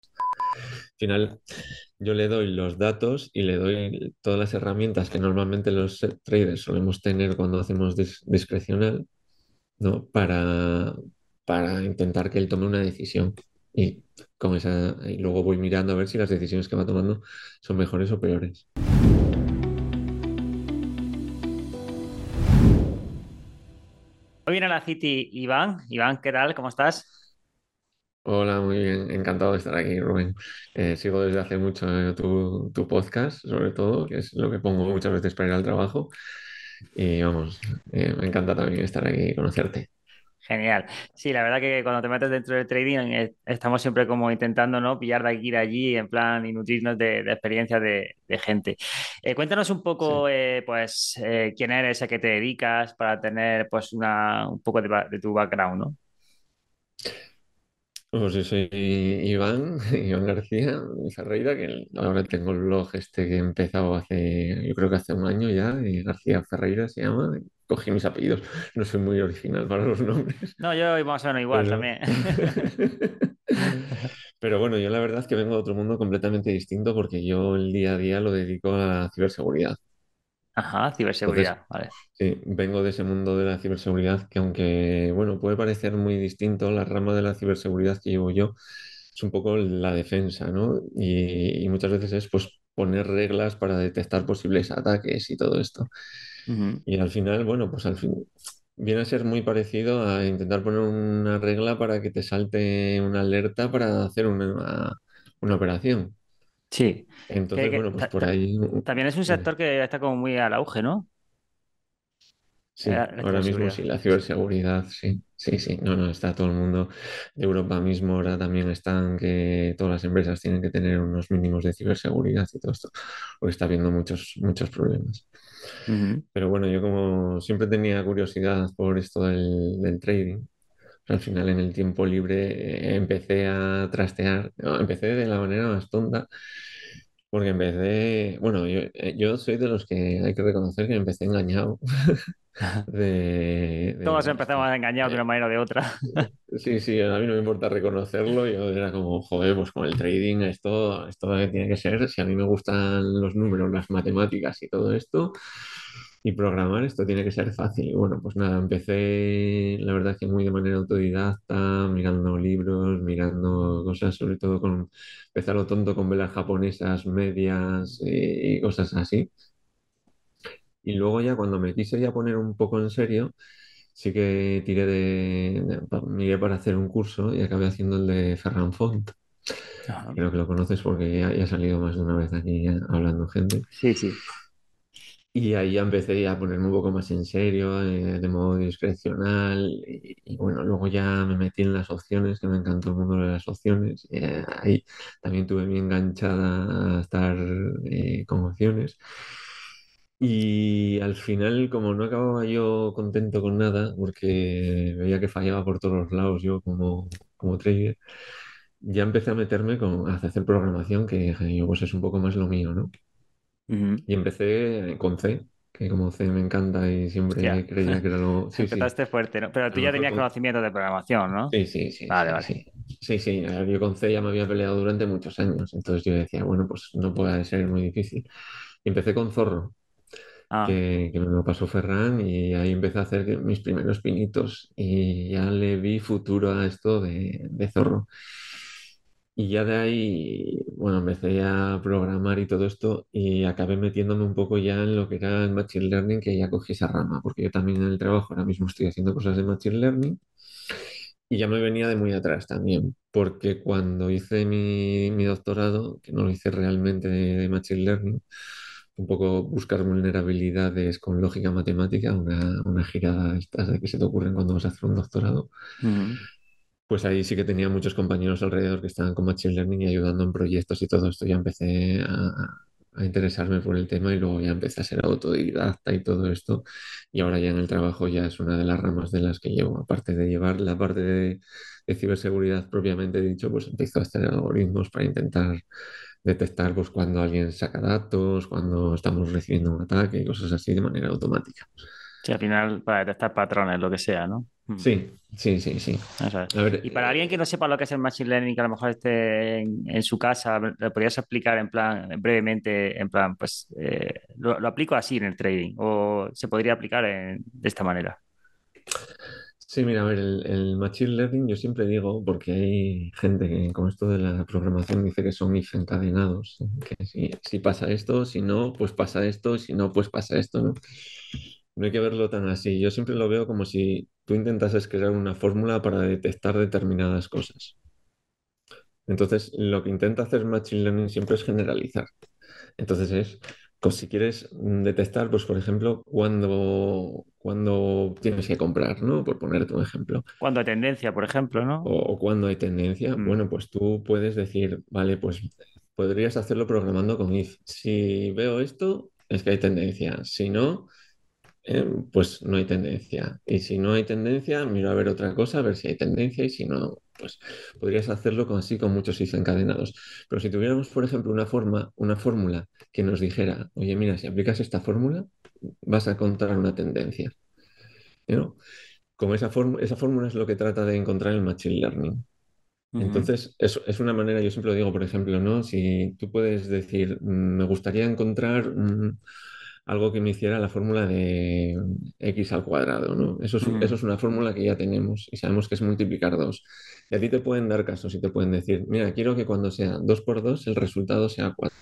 Al final, yo le doy los datos y le doy todas las herramientas que normalmente los traders solemos tener cuando hacemos discrecional, ¿no? Para intentar que él tome una decisión. Y y luego voy mirando a ver si las decisiones que va tomando son mejores o peores. Hoy viene a la City Iván. Iván, ¿qué tal? ¿Cómo estás? Hola, muy bien, encantado de estar aquí, Rubén. Sigo desde hace mucho tu podcast, sobre todo, que es lo que pongo muchas veces para ir al trabajo. Y vamos, me encanta también estar aquí y conocerte. Genial. Sí, la verdad que cuando te metes dentro del trading estamos siempre como intentando, ¿no? Pillar de aquí y de allí, en plan, y nutrirnos de experiencias de gente. Cuéntanos un Sí. poco, quién eres, a qué te dedicas, para tener, pues, un poco de tu background, ¿no? Pues yo soy Iván, Iván García Ferreira, ahora tengo el blog este que he empezado hace, yo creo que hace un año ya, y García Ferreira se llama. Cogí mis apellidos, no soy muy original para los nombres, No, yo más o menos igual pero... también. Pero bueno, yo la verdad es que vengo de otro mundo completamente distinto porque yo el día a día lo dedico a la ciberseguridad. Ajá, Entonces, ciberseguridad, vale. sí, vengo de ese mundo de la ciberseguridad que aunque, bueno, puede parecer muy distinto, la rama de la ciberseguridad que llevo yo es un poco la defensa, ¿no? Y muchas veces es pues poner reglas para detectar posibles ataques y todo esto. Ujú. Y al final, bueno, pues al fin viene a ser muy parecido a intentar poner una regla para que te salte una alerta para hacer una operación. Sí. Entonces, bueno, pues por ahí... También es un dime. sector que está como muy al auge, ¿no? Sí, La ahora mismo sí, ciberseguridad. la Sí. ciberseguridad, sí, sí, sí, no, no, está todo el mundo de Europa mismo, ahora también están que todas las empresas tienen que tener unos mínimos de ciberseguridad y todo esto, porque está habiendo muchos, muchos problemas. Ujú. Pero bueno, yo como siempre tenía curiosidad por esto del trading, al final en el tiempo libre empecé a trastear, no, empecé de la manera más tonta, porque empecé, bueno, yo soy de los que hay que reconocer que empecé engañado Todos ostras, empezamos engañados de una eh, manera o de otra. sí, sí, a mí no me importa reconocerlo, yo era como, joder, pues con el trading esto tiene que ser, si a mí me gustan los números, las matemáticas y todo esto, y programar, esto tiene que ser fácil. Y bueno, pues nada, empecé, la verdad que muy de manera autodidacta, mirando libros, mirando cosas, sobre todo empecé a lo tonto con velas japonesas, medias y cosas así. Y luego ya cuando me quise ya poner un poco en serio, sí que miré para hacer un curso y acabé haciendo el de Ferran Font. Ajá. Creo que lo conoces porque ya ha salido más de una vez aquí hablando gente. Sí, sí. Y ahí ya empecé a ponerme un poco más en serio, de modo discrecional. Y bueno, luego ya me metí en las opciones, que me encantó el mundo de las opciones. Ahí también tuve bien enganchada a estar con opciones. Y al final, como no acababa yo contento con nada, porque veía que fallaba por todos los lados yo como trader, ya empecé a meterme a hacer programación, que dije yo, pues es un poco más lo mío, ¿no? Ujú. Y empecé con C, que como C me encanta y siempre Hostia. creía que era lo... Sí, sí, Empezaste fuerte, ¿no? Pero tú lo ya mejor tenías con... conocimiento de programación, ¿no? Sí, sí, sí, Vale, sí, vale. sí. Sí, sí, a ver, yo con C ya me había peleado durante muchos años, entonces yo decía, bueno, pues no puede ser muy difícil. Y empecé con Zorro, Ah, que me lo pasó Ferran y ahí empecé a hacer mis primeros pinitos y ya le vi futuro a esto de Zorro. Y ya de ahí, bueno, empecé a programar y todo esto y acabé metiéndome un poco ya en lo que era el Machine Learning, que ya cogí esa rama, porque yo también en el trabajo ahora mismo estoy haciendo cosas de Machine Learning y ya me venía de muy atrás también, porque cuando hice mi doctorado, que no lo hice realmente de Machine Learning, un poco buscar vulnerabilidades con lógica matemática, una girada estas de que se te ocurren cuando vas a hacer un doctorado. ujú. Pues ahí sí que tenía muchos compañeros alrededor que estaban con Machine Learning y ayudando en proyectos y todo esto. Ya empecé a interesarme por el tema y luego ya empecé a ser autodidacta y todo esto. Y ahora ya en el trabajo ya es una de las ramas de las que llevo. Aparte de llevar la parte de ciberseguridad propiamente dicho, pues empiezo a hacer algoritmos para intentar detectar pues, cuando alguien saca datos, cuando estamos recibiendo un ataque y cosas así de manera automática. Sí, al final para detectar patrones, lo que sea, ¿no? Sí, sí, sí, sí. Eso es. A ver, Y para alguien que no sepa lo que es el Machine Learning, que a lo mejor esté en su casa, ¿le podrías explicar en plan, brevemente, en plan, pues lo aplico así en el trading o se podría aplicar de esta manera? sí, mira, a ver, el Machine Learning yo siempre digo, porque hay gente que con esto de la programación dice que son if encadenados, que si pasa esto, si no, pues pasa esto, si no, pues pasa esto, ¿no? No hay que verlo tan así. Yo siempre lo veo como si tú intentases crear una fórmula para detectar determinadas cosas. Entonces, lo que intenta hacer Machine Learning siempre es generalizar. Entonces pues si quieres detectar, pues por ejemplo, cuando tienes que comprar, ¿no? Por ponerte un ejemplo. Cuando hay tendencia, por ejemplo, ¿no? O cuando hay tendencia, Mm, bueno, pues tú puedes decir, vale, pues podrías hacerlo programando con if. Si veo esto, es que hay tendencia. Si no, pues no hay tendencia. Y si no hay tendencia, miro a ver otra cosa, a ver si hay tendencia. Y si no, pues podrías hacerlo así con muchos if encadenados. Pero si tuviéramos, por ejemplo, una fórmula que nos dijera, oye, mira, si aplicas esta fórmula, vas a encontrar una tendencia. ¿No? Como esa fórmula es lo que trata de encontrar el Machine Learning. ujú, Entonces, es una manera, yo siempre lo digo, por ejemplo, ¿no? Si tú puedes decir, me gustaría encontrar algo que me hiciera la fórmula de x al cuadrado, ¿no? Eso ujú. es una fórmula que ya tenemos y sabemos que es multiplicar 2. Y a ti te pueden dar casos y te pueden decir, mira, quiero que cuando sea 2 por 2 el resultado sea 4.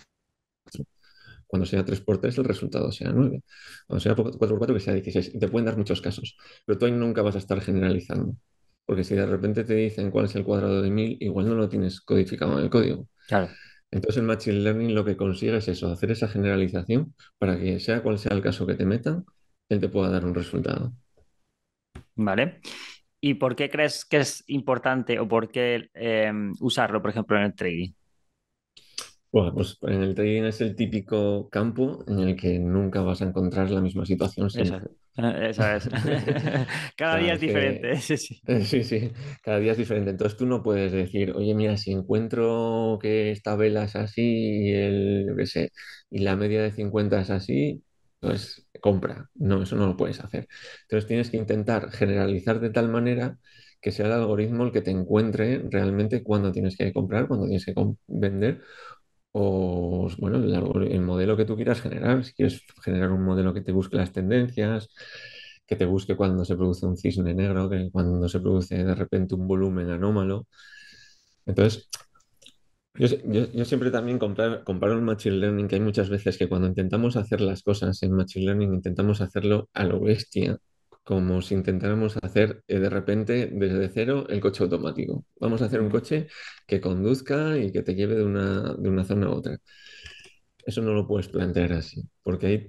Cuando sea 3 por 3 el resultado sea 9. Cuando sea 4 por 4 que sea 16. Y te pueden dar muchos casos. Pero tú ahí nunca vas a estar generalizando. Porque si de repente te dicen cuál es el cuadrado de 1000, igual no lo tienes codificado en el código. Claro, Entonces el Machine Learning lo que consigue es eso, hacer esa generalización para que sea cual sea el caso que te metan, él te pueda dar un resultado. vale. ¿Y por qué crees que es importante o por qué usarlo, por ejemplo, en el trading? Bueno, pues en el trading es el típico campo en el que nunca vas a encontrar la misma situación Eso siempre. es. Eso es. O Cada día sea, es es que diferente, sí, sí. sí, sí, cada día es diferente. Entonces tú no puedes decir, oye, mira, si encuentro que esta vela es así y yo qué sé, y la media de 50 es así, pues compra. No, eso no lo puedes hacer. Entonces tienes que intentar generalizar de tal manera que sea el algoritmo el que te encuentre realmente cuándo tienes que comprar, cuándo tienes que vender. O, bueno, el modelo que tú quieras generar. Si quieres generar un modelo que te busque las tendencias, que te busque cuando se produce un cisne negro, que cuando se produce de repente un volumen anómalo. Entonces, yo siempre también comparo el Machine Learning, que hay muchas veces que cuando intentamos hacer las cosas en Machine Learning, intentamos hacerlo a lo bestia, como si intentáramos hacer de repente desde cero el coche automático. Vamos a hacer un Ujú. coche que conduzca y que te lleve de una zona a otra. Eso no lo puedes plantear así, porque hay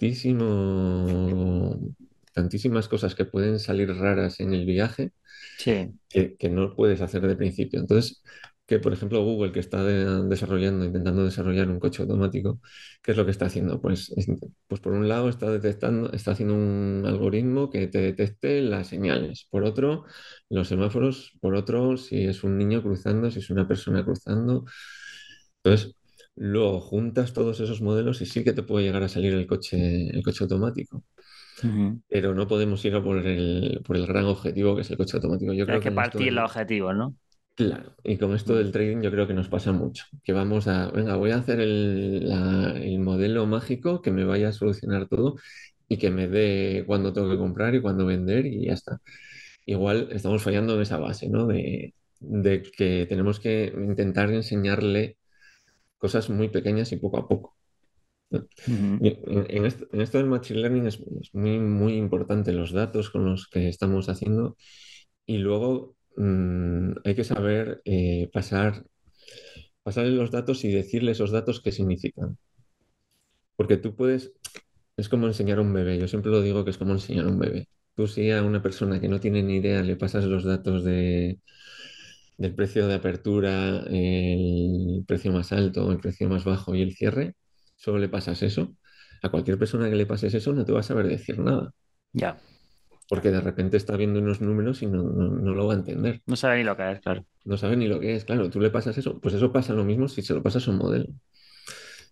tantísimas cosas que pueden salir raras en el viaje Sí. que no puedes hacer de principio. Entonces, que por ejemplo Google, que está intentando desarrollar un coche automático, ¿qué es lo que está haciendo? Pues por un lado está haciendo un algoritmo que te detecte las señales. Por otro, los semáforos. Por otro, si es un niño cruzando, si es una persona cruzando. Entonces, luego juntas todos esos modelos y sí que te puede llegar a salir el coche automático. Ujú. Pero no podemos ir a por el gran objetivo que es el coche automático. Yo Tienes creo que que en esto partir los del, objetivos, ¿no? Claro, y con esto Mm. del trading yo creo que nos pasa mucho, que venga, voy a hacer el modelo mágico que me vaya a solucionar todo y que me dé cuándo tengo que comprar y cuándo vender y ya está. Igual estamos fallando en esa base, ¿no? De que tenemos que intentar enseñarle cosas muy pequeñas y poco a poco, ¿no? Ujú. Y en esto del Machine Learning es muy, muy importante los datos con los que estamos haciendo y luego hay que saber pasarle los datos y decirle esos datos qué significan. Porque es como enseñar a un bebé, yo siempre lo digo que es como enseñar a un bebé. Tú si a una persona que no tiene ni idea le pasas los datos del precio de apertura, el precio más alto, el precio más bajo y el cierre, solo le pasas eso. A cualquier persona que le pases eso no te va a saber decir nada, Ya. porque de repente está viendo unos números y no lo va a entender. No sabe ni lo que es, claro. No sabe ni lo que es. Claro, tú le pasas eso, pues eso pasa lo mismo si se lo pasas a un modelo.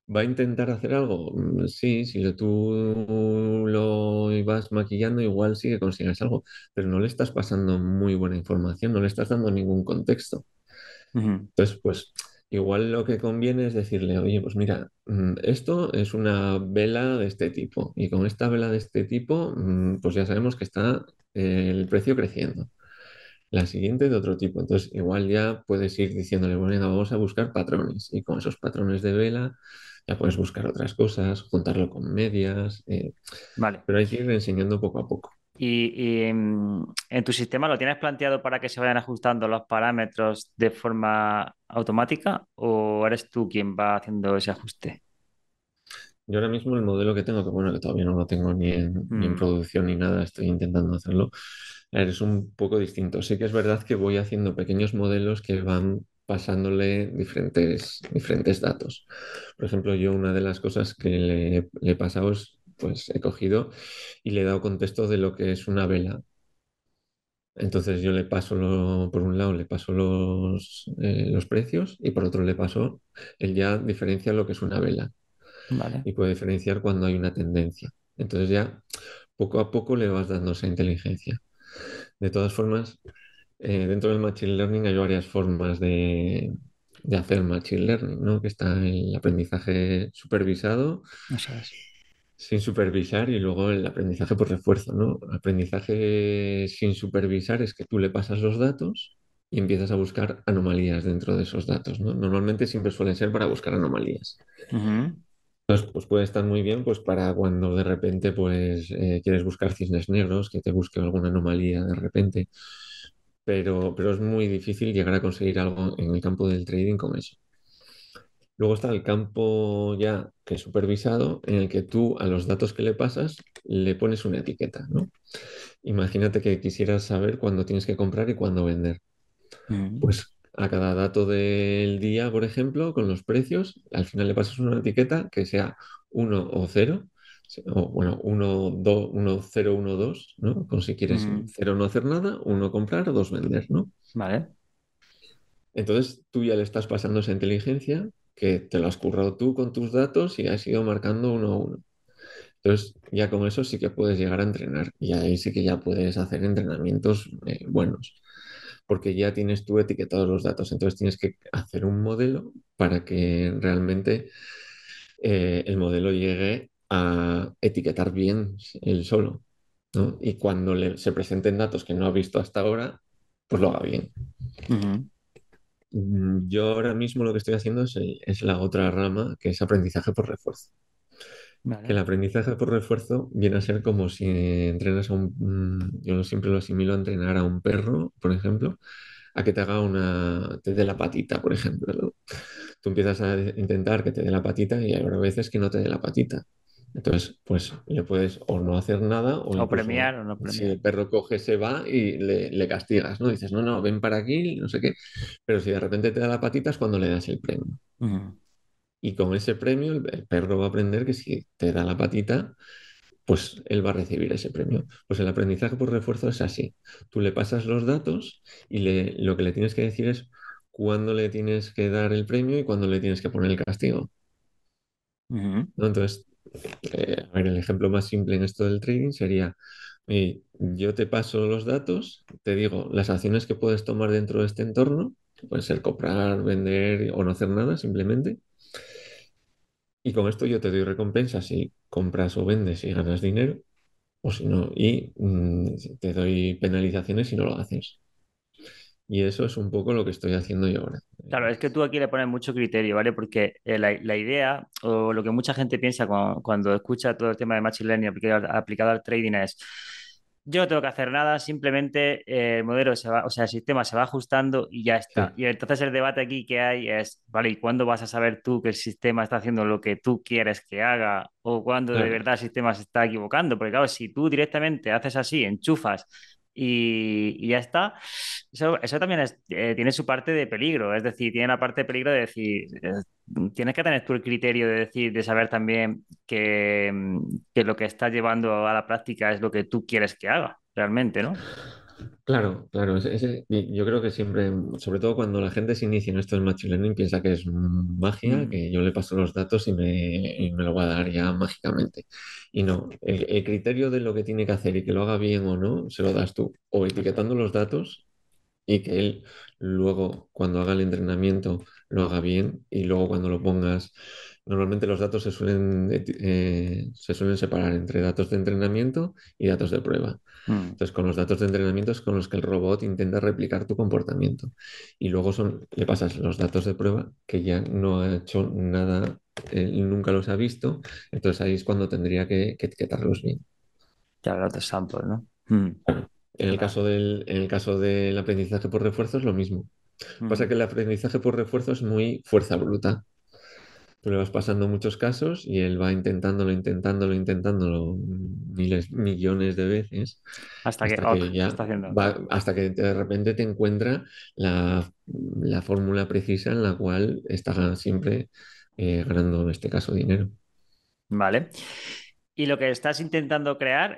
¿Va a intentar hacer algo? Sí, si tú lo vas maquillando, igual sí que consigues algo, pero no le estás pasando muy buena información, no le estás dando ningún contexto. Ujú. Entonces, pues igual lo que conviene es decirle, oye, pues mira, esto es una vela de este tipo y con esta vela de este tipo, pues ya sabemos que está el precio creciendo. La siguiente de otro tipo. Entonces, igual ya puedes ir diciéndole, bueno, venga, vamos a buscar patrones y con esos patrones de vela ya puedes buscar otras cosas, juntarlo con medias, Vale. pero hay que ir enseñando poco a poco. En tu sistema lo tienes planteado para que se vayan ajustando los parámetros de forma automática o eres tú quien va haciendo ese ajuste? Yo ahora mismo el modelo que tengo, que bueno, que todavía no lo tengo ni en Mm, producción ni nada, estoy intentando hacerlo, es un poco distinto. Sí que es verdad que voy haciendo pequeños modelos que van pasándole diferentes datos. Por ejemplo, yo una de las cosas que le he pasado es, pues he cogido y le he dado contexto de lo que es una vela. Entonces yo le paso, por un lado le paso los precios y por otro le paso, él ya diferencia lo que es una vela vale, y puede diferenciar cuando hay una tendencia. Entonces ya poco a poco le vas dando esa inteligencia. De todas formas, dentro del Machine Learning hay varias formas de hacer Machine Learning, ¿no? Que está el aprendizaje supervisado, eso es. sin supervisar y luego el aprendizaje por refuerzo, ¿no? Aprendizaje sin supervisar es que tú le pasas los datos y empiezas a buscar anomalías dentro de esos datos, ¿no? Normalmente siempre suelen ser para buscar anomalías. Ujú, Entonces, pues puede estar muy bien pues para cuando de repente pues quieres buscar cisnes negros, que te busque alguna anomalía de repente, pero es muy difícil llegar a conseguir algo en el campo del trading con eso. Luego está el campo ya que es supervisado, en el que tú a los datos que le pasas le pones una etiqueta, ¿no? Imagínate que quisieras saber cuándo tienes que comprar y cuándo vender. ujú, Pues a cada dato del día, por ejemplo, con los precios, al final le pasas una etiqueta que sea uno o cero, o bueno, uno 2 1, 0, 1, 2, ¿no? Con si quieres ujú. cero no hacer nada, uno comprar, dos vender, ¿no? Vale. Entonces tú ya le estás pasando esa inteligencia que te lo has currado tú con tus datos y has ido marcando uno a uno. Entonces ya con eso sí que puedes llegar a entrenar y ahí sí que ya puedes hacer entrenamientos buenos, porque ya tienes tú etiquetados los datos. Entonces tienes que hacer un modelo para que realmente el modelo llegue a etiquetar bien él solo, ¿no? Y cuando se presenten datos que no ha visto hasta ahora, pues lo haga bien. Ujú, Yo ahora mismo lo que estoy haciendo es la otra rama, que es aprendizaje por refuerzo. Que el vale. aprendizaje por refuerzo viene a ser como si entrenas yo siempre lo asimilo a entrenar a un perro, por ejemplo, a que te dé la patita, por ejemplo, ¿no? Tú empiezas a intentar que te dé la patita y habrá veces que no te dé la patita. Entonces, pues le puedes o no hacer nada o O premiar incluso o no si premiar. el perro coge, se va y le castigas, ¿no? Dices, no, no, ven para aquí, no sé qué. Pero si de repente te da la patita es cuando le das el premio. Ujú, Y con ese premio el perro va a aprender que si te da la patita, pues él va a recibir ese premio. Pues el aprendizaje por refuerzo es así. Tú le pasas los datos y lo que le tienes que decir es cuándo le tienes que dar el premio y cuándo le tienes que poner el castigo, ujú, ¿no? Entonces, a ver, el ejemplo más simple en esto del trading sería, yo te paso los datos, te digo las acciones que puedes tomar dentro de este entorno, que pueden ser comprar, vender o no hacer nada simplemente, y con esto yo te doy recompensa si compras o vendes y ganas dinero, o si no, y te doy penalizaciones si no lo haces. Y eso es un poco lo que estoy haciendo yo ahora. claro, es que tú aquí le pones mucho criterio, ¿vale? Porque la idea o lo que mucha gente piensa cuando escucha todo el tema de Machine Learning aplicado al trading es, yo no tengo que hacer nada, simplemente el modelo se va, o sea, el sistema se va ajustando y ya está. Sí, Y entonces el debate aquí que hay es, ¿vale? ¿Y cuándo vas a saber tú que el sistema está haciendo lo que tú quieres que haga o cuándo de claro. verdad el sistema se está equivocando? Porque claro, si tú directamente haces así, enchufas y ya está. Eso también tiene su parte de peligro, es decir, tiene la parte de peligro de decir, tienes que tener tú el criterio de decir, de saber también que lo que estás llevando a la práctica es lo que tú quieres que haga, realmente, ¿no? Claro, claro. Y yo creo que siempre, sobre todo cuando la gente se inicia en esto del Machine Learning, piensa que es magia, Mm, que yo le paso los datos y me lo va a dar ya mágicamente. Y no, el criterio de lo que tiene que hacer y que lo haga bien o no, se lo das tú. O eso es. etiquetando los datos y que él luego, cuando haga el entrenamiento, lo haga bien y luego cuando lo pongas, normalmente los datos se suelen separar entre datos de entrenamiento y datos de prueba. Mm, Entonces, con los datos de entrenamiento es con los que el robot intenta replicar tu comportamiento. Y luego le pasas los datos de prueba que ya no ha hecho nada, él nunca los ha visto. Entonces ahí es cuando tendría que etiquetarlos bien. ya los otros samples, ¿no? Mm, vale. En el caso del aprendizaje por refuerzo es lo mismo. Pasa Mm. que el aprendizaje por refuerzo es muy fuerza bruta. Tú le vas pasando muchos casos y él va intentándolo miles, millones de veces Hasta que, hasta ok, que lo ya está haciendo, va, claro. hasta que de repente te encuentra la fórmula precisa en la cual está siempre ganando, en este caso, dinero. Vale. Y lo que estás intentando crear,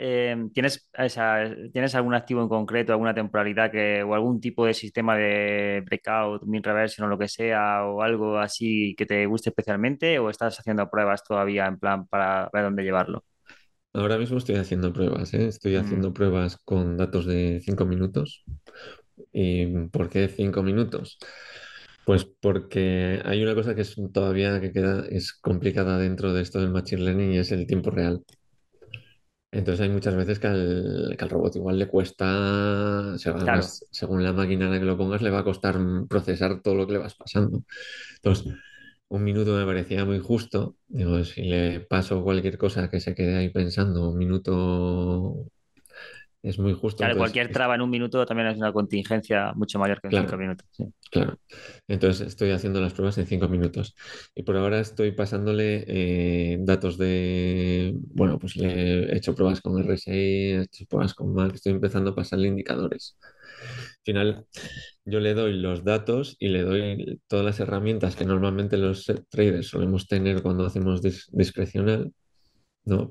¿tienes algún activo en concreto, alguna temporalidad o algún tipo de sistema de breakout, mean reversion o lo que sea, o algo así que te guste especialmente, o estás haciendo pruebas todavía en plan para ver dónde llevarlo? Ahora mismo estoy haciendo pruebas, ¿eh? Estoy Mm, haciendo pruebas con datos de 5 minutos. ¿Y por qué 5 minutos? Pues porque hay una cosa que es todavía es complicada dentro de esto del Machine Learning y es el tiempo real. Entonces hay muchas veces que al robot igual le cuesta, claro. además, según la máquina a la que lo pongas, le va a costar procesar todo lo que le vas pasando. Entonces, un minuto me parecía muy justo. Digo, si le paso cualquier cosa que se quede ahí pensando, un minuto es muy justo. Claro, Entonces, cualquier traba en un minuto también es una contingencia mucho mayor que en cinco claro, minutos. Sí. claro. Entonces estoy haciendo las pruebas en 5 minutos. Y por ahora estoy pasándole datos bueno, pues le he hecho pruebas con RSI, he hecho pruebas con Mac, estoy empezando a pasarle indicadores. Al final, yo le doy los datos y le doy todas las herramientas que normalmente los traders solemos tener cuando hacemos discrecional, ¿no?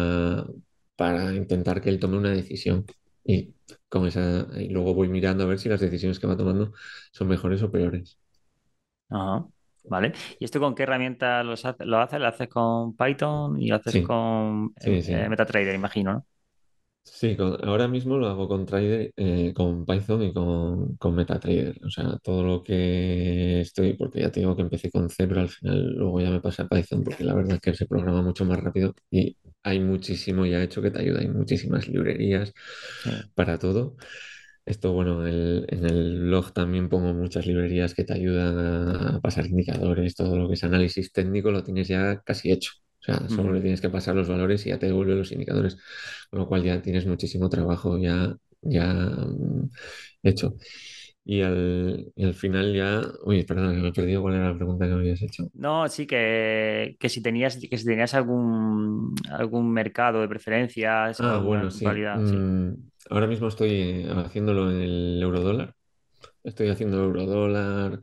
Para intentar que él tome una decisión. Y luego voy mirando a ver si las decisiones que va tomando son mejores o peores. Ajá. Vale. ¿Y esto con qué herramienta lo haces? ¿Lo haces con Python y lo haces Sí, con sí, sí. MetaTrader, imagino, ¿no? Sí, ahora mismo lo hago con Python y con MetaTrader. O sea, todo lo que estoy, porque ya te digo que empecé con C, pero al final luego ya me pasé a Python, porque la verdad es que se programa mucho más rápido y hay muchísimo ya hecho que te ayuda. Hay muchísimas librerías Sí. para todo. Esto, bueno, en el blog también pongo muchas librerías que te ayudan a pasar indicadores, todo lo que es análisis técnico lo tienes ya casi hecho. O sea, solo le Ujú. tienes que pasar los valores y ya te devuelve los indicadores, con lo cual ya tienes muchísimo trabajo ya hecho. Y al final ya... Uy, perdón, que me he perdido cuál era la pregunta que me habías hecho. No, sí que si tenías algún mercado de preferencias o Ah, alguna bueno, sí. temporalidad, sí. Ahora mismo estoy haciéndolo en el eurodólar. Estoy haciendo eurodólar,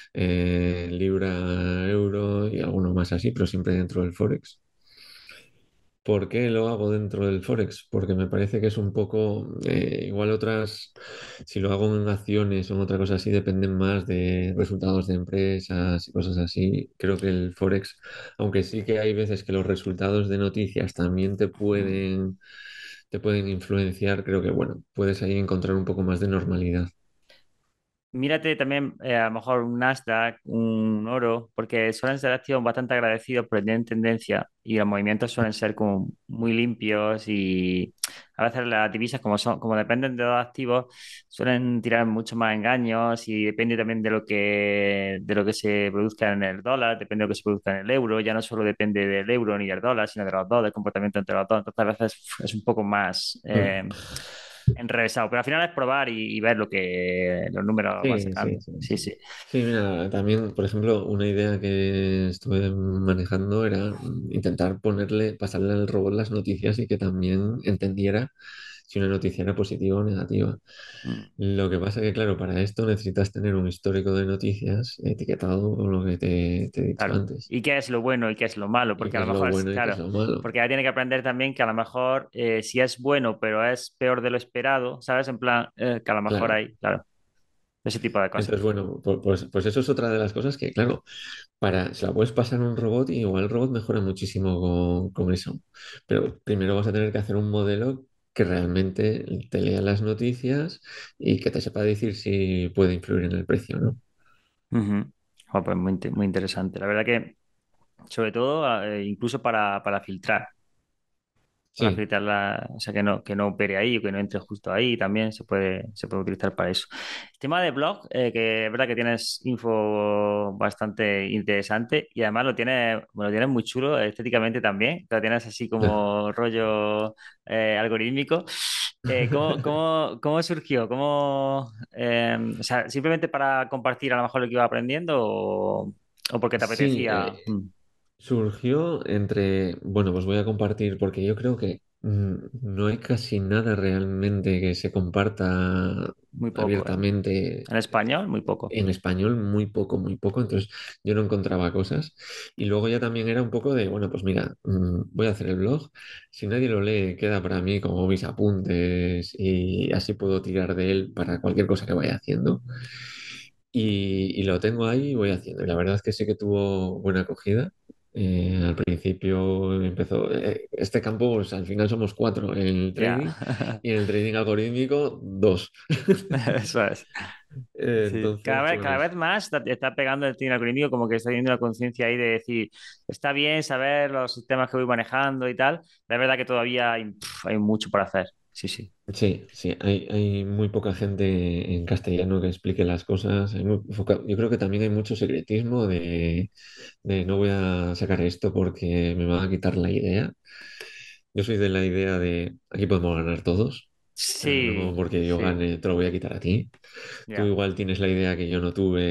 libra euro y alguno más así, pero siempre dentro del Forex. ¿Por qué lo hago dentro del Forex? Porque me parece que es un poco, igual otras, si lo hago en acciones o en otra cosa así, dependen más de resultados de empresas y cosas así. Creo que el Forex, aunque sí que hay veces que los resultados de noticias también Mm. te pueden influenciar, creo que, bueno, puedes ahí encontrar un poco más de normalidad. Mírate también a lo mejor un Nasdaq, un oro, porque suelen ser activos bastante agradecidos, pero tienen tendencia y los movimientos suelen ser como muy limpios y a veces las divisas como dependen de los activos, suelen tirar mucho más engaños y depende también de lo que se produzca en el dólar, depende de lo que se produzca en el euro, ya no solo depende del euro ni del dólar, sino de los dos, del comportamiento entre los dos. Entonces a veces es un poco más Mm. enrevesado, pero al final es probar y ver lo que los números van Sí, sí, sacando. sí, Sí, sí. sí. Sí, mira, también, por ejemplo, una idea que estuve manejando era intentar pasarle al robot las noticias y que también entendiera si una noticia era positiva o negativa. Mm. Lo que pasa que, claro, para esto necesitas tener un histórico de noticias etiquetado con lo que te he dicho Claro. antes. ¿Y qué es lo bueno y qué es lo malo? Y Porque qué a lo es lo mejor, bueno y qué es claro, lo malo. porque ahora tiene que aprender también que a lo mejor si es bueno, pero es peor de lo esperado, ¿sabes? En plan, que a lo mejor Claro. hay, claro, ese tipo de cosas. Entonces, bueno, pues eso es otra de las cosas que, claro, se la puedes pasar a un robot y igual el robot mejora muchísimo con eso. Pero primero vas a tener que hacer un modelo que realmente te lea las noticias y que te sepa decir si puede influir en el precio, ¿no? Ujú. Pues muy interesante. La verdad que, sobre todo, incluso para Sí, filtrar o sea, que no opere ahí o que no entre justo ahí, también se puede utilizar para eso. El tema de blog, que es verdad que tienes info bastante interesante y además lo tienes muy chulo estéticamente también, lo tienes así como rollo algorítmico. ¿Cómo surgió? O sea, simplemente para compartir a lo mejor lo que iba aprendiendo o porque te sí, apetecía? Mm, surgió entre, bueno, pues voy a compartir porque yo creo que no hay casi nada realmente que se comparta muy poco, ¿eh? abiertamente En español, muy poco. en español, muy poco, entonces yo no encontraba cosas. Y luego ya también era un poco de, bueno, pues mira, voy a hacer el blog, si nadie lo lee, queda para mí como mis apuntes y así puedo tirar de él para cualquier cosa que vaya haciendo. Y lo tengo ahí y voy haciendo. Y la verdad es que sí que tuvo buena acogida. Al principio empezó, este campo, pues al final somos cuatro en el Ya, trading y en el trading algorítmico dos. eso es. Sí. Entonces, Cada pues vez más está pegando el tiro algorítmico, como que está teniendo la conciencia ahí de decir, está bien saber los sistemas que voy manejando y tal. La verdad que todavía hay mucho por hacer. Sí, sí. sí, sí, hay muy poca gente en castellano que explique las cosas. Yo creo que también hay mucho secretismo de no voy a sacar esto porque me van a quitar la idea. Yo soy de la idea de aquí podemos ganar todos, pero no Sí, porque yo sí, gane te lo voy a quitar a ti. Tú ya. igual tienes la idea que yo no tuve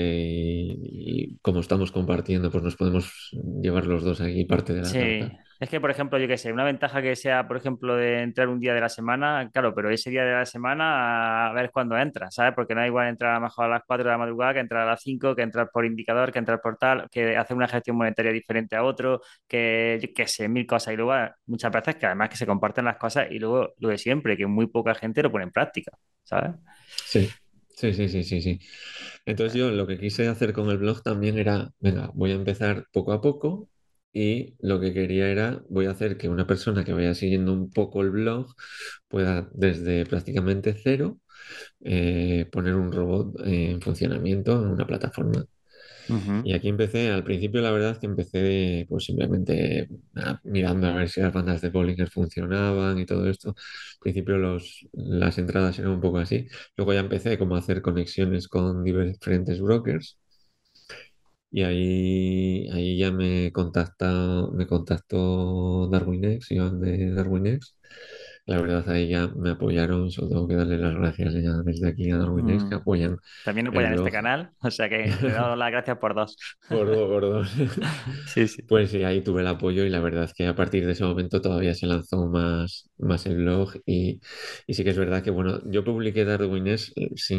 y como estamos compartiendo, pues nos podemos llevar los dos aquí parte de la Sí, tarta. es que, por ejemplo, yo qué sé, una ventaja que sea, por ejemplo, de entrar un día de la semana, claro, pero ese día de la semana a ver cuándo entras, ¿sabes? Porque no es igual entrar a lo mejor a las 4 de la madrugada que entrar a las 5, que entrar por indicador, que entrar por tal, que hacer una gestión monetaria diferente a otro, que yo qué sé, mil cosas. Y luego muchas veces que además que se comparten las cosas y luego lo de siempre, que muy poca gente lo pone en práctica, ¿sabes? Sí, sí, sí, sí, sí, sí. Entonces yo lo que quise hacer con el blog también era, venga, voy a empezar poco a poco y lo que quería era, voy a hacer que una persona que vaya siguiendo un poco el blog pueda desde prácticamente cero poner un robot en funcionamiento en una plataforma. Ujú. Y aquí empecé, al principio la verdad es que empecé pues simplemente mirando a ver si las bandas de Bollinger funcionaban y todo esto. Al principio las entradas eran un poco así. Luego ya empecé como a hacer conexiones con diferentes brokers y ahí ya me contactó DarwinX, Iván de DarwinX. La verdad ahí ya me apoyaron, solo tengo que darle las gracias ya desde aquí a DarwinX que Mm. apoyan También el apoyan este blog. canal, o sea que le damos las gracias por dos. Por dos. Sí, sí. Pues sí, ahí tuve el apoyo y la verdad es que a partir de ese momento todavía se lanzó más el blog y sí que es verdad que, bueno, yo publiqué Darwines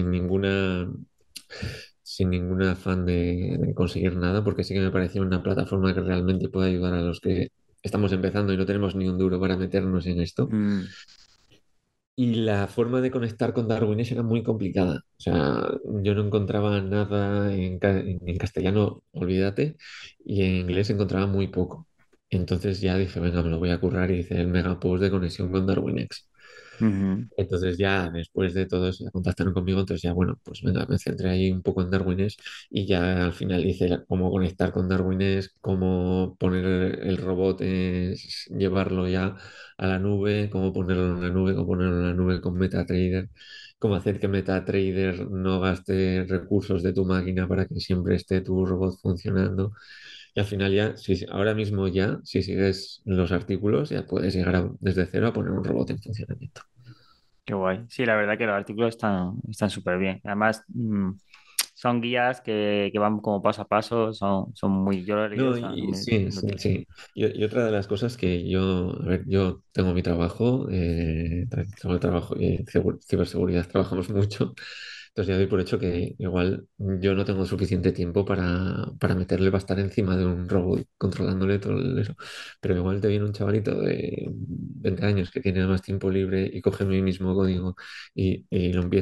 sin ninguna afán de conseguir nada porque sí que me parecía una plataforma que realmente puede ayudar a los que estamos empezando y no tenemos ni un duro para meternos en esto. Mm. Y la forma de conectar con Darwines era muy complicada. O sea, yo no encontraba nada en castellano, olvídate, y en inglés encontraba muy poco. Entonces ya dije, venga, me lo voy a currar y hice el mega post de conexión con DarwinX. Ujú. Entonces ya después de todo eso ya contactaron conmigo, entonces ya bueno, pues venga, me centré ahí un poco en Darwines y ya al final hice cómo conectar con Darwines, cómo poner el robot, llevarlo ya a la nube, cómo ponerlo en la nube, cómo ponerlo en la nube con MetaTrader, cómo hacer que MetaTrader no gaste recursos de tu máquina para que siempre esté tu robot funcionando. Y al final ya, ahora mismo ya, si sigues los artículos, ya puedes llegar desde cero a poner un robot en funcionamiento. Qué guay. Sí, la verdad que los artículos están súper bien. Además, son guías que van como paso a paso, son muy, yo lo he leído, No, son y muy, sí, muy sí, útiles. sí. Y otra de las cosas que yo, a ver, yo tengo mi trabajo, tengo el trabajo y ciberseguridad trabajamos mucho, entonces ya doy por hecho que igual yo no tengo suficiente tiempo para meterle, para estar encima de un robot controlándole todo eso, pero igual te viene un chavalito de 20 años que tiene más tiempo libre y coge mi mismo código y lo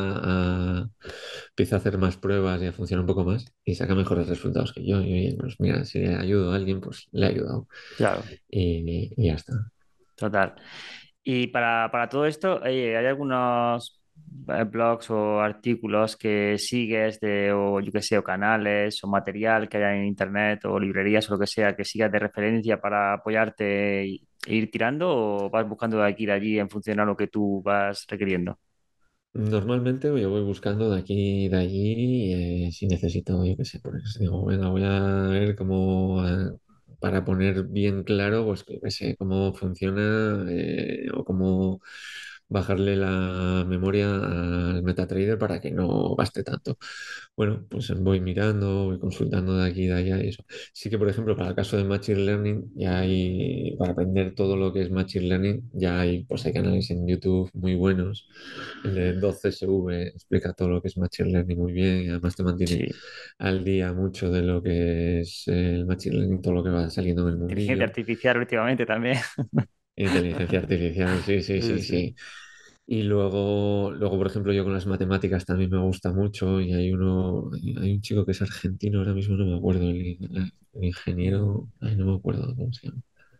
empieza a hacer más pruebas y a funcionar un poco más y saca mejores resultados que yo. Y oye, pues mira, si le ayudo a alguien, pues le he ayudado. Claro, Y ya está. total. Y para todo esto, ¿hay algunos blogs o artículos que sigues o yo que sé, o canales o material que haya en internet o librerías o lo que sea que sigas de referencia para apoyarte e ir tirando o vas buscando de aquí y de allí en función a lo que tú vas requiriendo? Normalmente yo voy buscando de aquí y de allí si necesito, yo qué sé, pues digo, venga, voy a ver cómo, para poner bien claro, pues que sé, cómo funciona o cómo bajarle la memoria al MetaTrader para que no gaste tanto. Bueno, pues voy mirando, voy consultando de aquí y de allá y eso. Sí que, por ejemplo, para el caso de Machine Learning, ya hay, para aprender todo lo que es Machine Learning, ya hay, pues hay canales en YouTube muy buenos. El de 12SV explica todo lo que es Machine Learning muy bien y además te mantiene Sí, al día mucho de lo que es el Machine Learning, todo lo que va saliendo en el inteligencia mundillo. artificial últimamente también. Inteligencia artificial, sí, sí, Sí, sí, sí. sí. Y luego, por ejemplo, yo con las matemáticas también me gusta mucho y hay un chico que es argentino, ahora mismo no me acuerdo, el ingeniero, ay, no me acuerdo cómo se llama,